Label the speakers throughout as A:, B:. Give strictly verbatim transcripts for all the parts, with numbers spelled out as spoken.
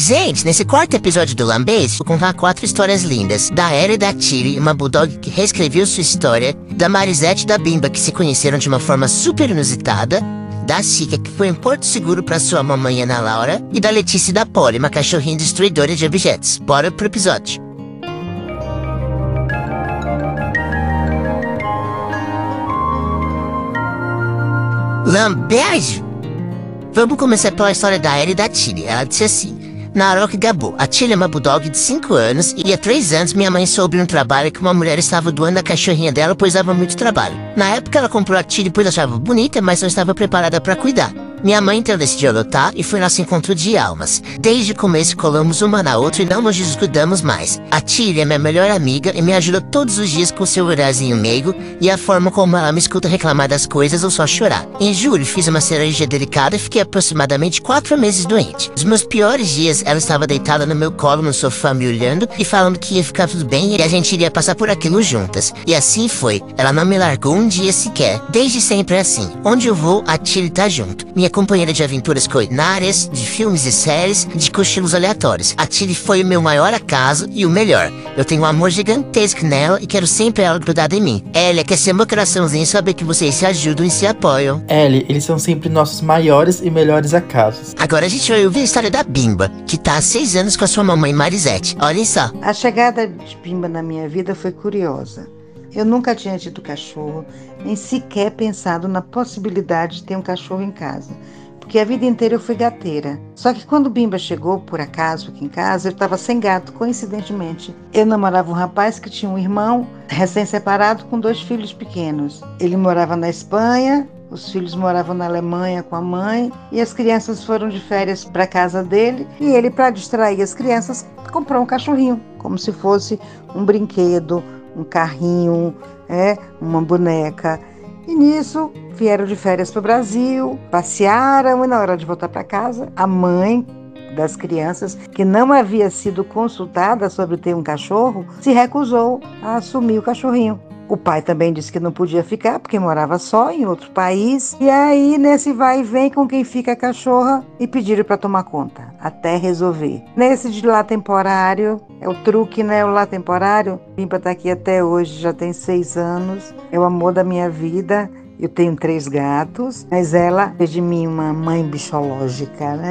A: Gente, nesse quarto episódio do Lambês, vou contar quatro histórias lindas. Da Era e da Tiri, uma bulldog que reescreveu sua história. Da Marisete e da Bimba, que se conheceram de uma forma super inusitada. Da Chica, que foi um porto seguro para sua mamãe Ana Laura. E da Letícia e da Polly, uma cachorrinha destruidora de objetos. Bora pro episódio. Lambeijo! Vamos começar pela história da Era e da Tiri. Ela disse assim: Naroca Gabu, a Tiri é uma bulldog de cinco anos e há três anos minha mãe soube um trabalho que uma mulher estava doando a cachorrinha dela, pois dava muito trabalho. Na época ela comprou a Tiri pois achava bonita, mas não estava preparada para cuidar. Minha mãe então decidiu adotar e foi nosso encontro de almas. Desde o começo colamos uma na outra e não nos desgrudamos mais. A Tiri é minha melhor amiga e me ajuda todos os dias com seu olharzinho meigo e a forma como ela me escuta reclamar das coisas ou só chorar. Em julho fiz uma cirurgia delicada e fiquei aproximadamente quatro meses doente. Nos meus piores dias ela estava deitada no meu colo no sofá me olhando e falando que ia ficar tudo bem e a gente iria passar por aquilo juntas. E assim foi. Ela não me largou um dia sequer. Desde sempre é assim. Onde eu vou, a Tiri tá junto. Minha companheira de aventuras culinárias, de filmes e séries, de cochilos aleatórios. A Tiri foi o meu maior acaso e o melhor. Eu tenho um amor gigantesco nela e quero sempre ela grudada em mim. Ellie, quer ser meu coraçãozinho e saber que vocês se ajudam e se apoiam.
B: Ellie, eles são sempre nossos maiores e melhores acasos.
A: Agora a gente vai ouvir a história da Bimba, que tá há seis anos com a sua mamãe Marisete. Olhem só.
C: A chegada de Bimba na minha vida foi curiosa. Eu nunca tinha tido cachorro, nem sequer pensado na possibilidade de ter um cachorro em casa, porque a vida inteira eu fui gateira. Só que quando Bimba chegou, por acaso, aqui em casa, eu estava sem gato, coincidentemente. Eu namorava um rapaz que tinha um irmão recém-separado com dois filhos pequenos. Ele morava na Espanha, os filhos moravam na Alemanha com a mãe, e as crianças foram de férias para a casa dele, e ele, para distrair as crianças, comprou um cachorrinho, como se fosse um brinquedo, um carrinho, é, uma boneca. E nisso, vieram de férias para o Brasil, passearam e na hora de voltar para casa, a mãe das crianças, que não havia sido consultada sobre ter um cachorro, se recusou a assumir o cachorrinho. O pai também disse que não podia ficar, porque morava só em outro país. E aí, nesse vai e vem com quem fica a cachorra, e pediram para tomar conta, até resolver. Nesse de lá temporário, é o truque, né? O lá temporário. Bimba tá aqui até hoje, já tem seis anos. É o amor da minha vida. Eu tenho três gatos, mas ela fez de mim uma mãe bichológica, né?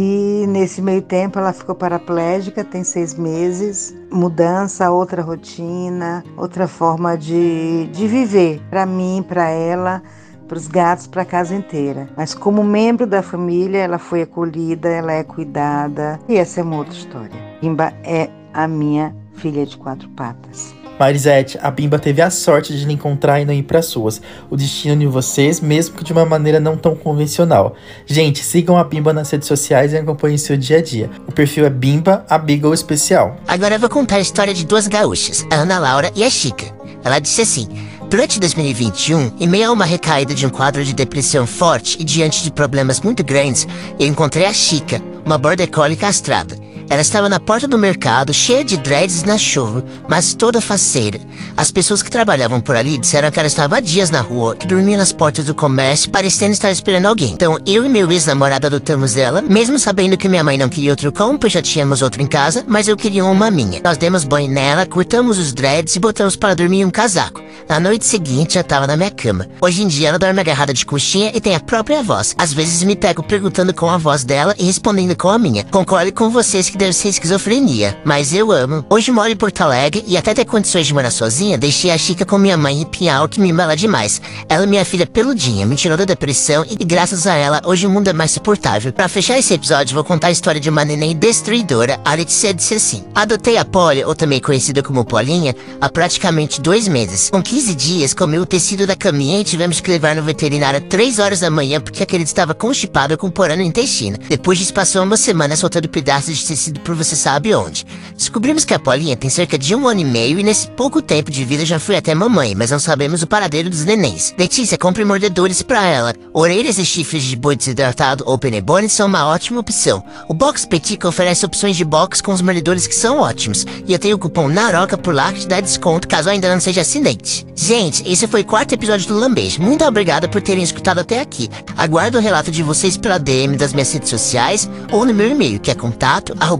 C: E nesse meio tempo ela ficou paraplégica, tem seis meses. Mudança, outra rotina, outra forma de, de viver. Para mim, para ela, para os gatos, para a casa inteira. Mas como membro da família, ela foi acolhida, ela é cuidada. E essa é uma outra história. Bimba é a minha filha de quatro patas.
B: Marisete, a Bimba teve a sorte de lhe encontrar e não ir para suas. O destino uniu vocês, mesmo que de uma maneira não tão convencional. Gente, sigam a Bimba nas redes sociais e acompanhem seu dia a dia. O perfil é Bimba, a Beagle Especial.
A: Agora eu vou contar a história de duas gaúchas, a Ana Laura e a Chica. Ela disse assim: durante dois mil e vinte e um, em meio a uma recaída de um quadro de depressão forte e diante de problemas muito grandes, eu encontrei a Chica, uma border collie castrada. Ela estava na porta do mercado, cheia de dreads na chuva, mas toda faceira. As pessoas que trabalhavam por ali disseram que ela estava há dias na rua, que dormia nas portas do comércio, parecendo estar esperando alguém. Então eu e meu ex-namorado adotamos ela, mesmo sabendo que minha mãe não queria outro cão, pois já tínhamos outro em casa, mas eu queria uma minha. Nós demos banho nela, cortamos os dreads e botamos para dormir em um casaco. Na noite seguinte já estava na minha cama. Hoje em dia ela dorme agarrada de coxinha e tem a própria voz. Às vezes me pego perguntando com a voz dela e respondendo com a minha. Concordo com vocês que deve ser esquizofrenia, mas eu amo. Hoje moro em Porto Alegre e até ter condições de morar sozinha, deixei a Chica com minha mãe e Pinhal, que me embala demais. Ela é minha filha peludinha, me tirou da depressão e graças a ela, hoje o mundo é mais suportável. Pra fechar esse episódio, vou contar a história de uma neném destruidora. A Letícia disse assim: adotei a Polly, ou também conhecida como Polinha, há praticamente dois meses. Com quinze dias, comeu o tecido da caminha e tivemos que levar no veterinário às três horas da manhã porque aquele estava constipado com porã no intestino. Depois disso, passou uma semana soltando pedaços de tecido por você sabe onde. Descobrimos que a Polinha tem cerca de um ano e meio e nesse pouco tempo de vida já fui até mamãe, mas não sabemos o paradeiro dos nenéns. Letícia, compre mordedores pra ela. Orelhas e chifres de boi desidratado ou penebone são uma ótima opção. O Box Petit oferece opções de box com os mordedores que são ótimos. E eu tenho o cupom NAROCA por lá que te dá desconto caso ainda não seja assinante. Gente, esse foi o quarto episódio do Lambeijo. Muito obrigado por terem escutado até aqui. Aguardo o relato de vocês pela D M das minhas redes sociais ou no meu e-mail, que é contato arroba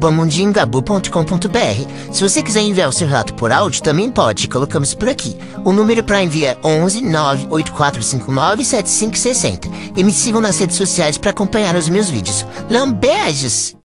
A: arroba mundingabu ponto com ponto br. Se você quiser enviar o seu relato por áudio, também pode, colocamos por aqui. O número para enviar é onze nove oito quatro cinco nove sete cinco seis zero. E me sigam nas redes sociais para acompanhar os meus vídeos. Lambejos!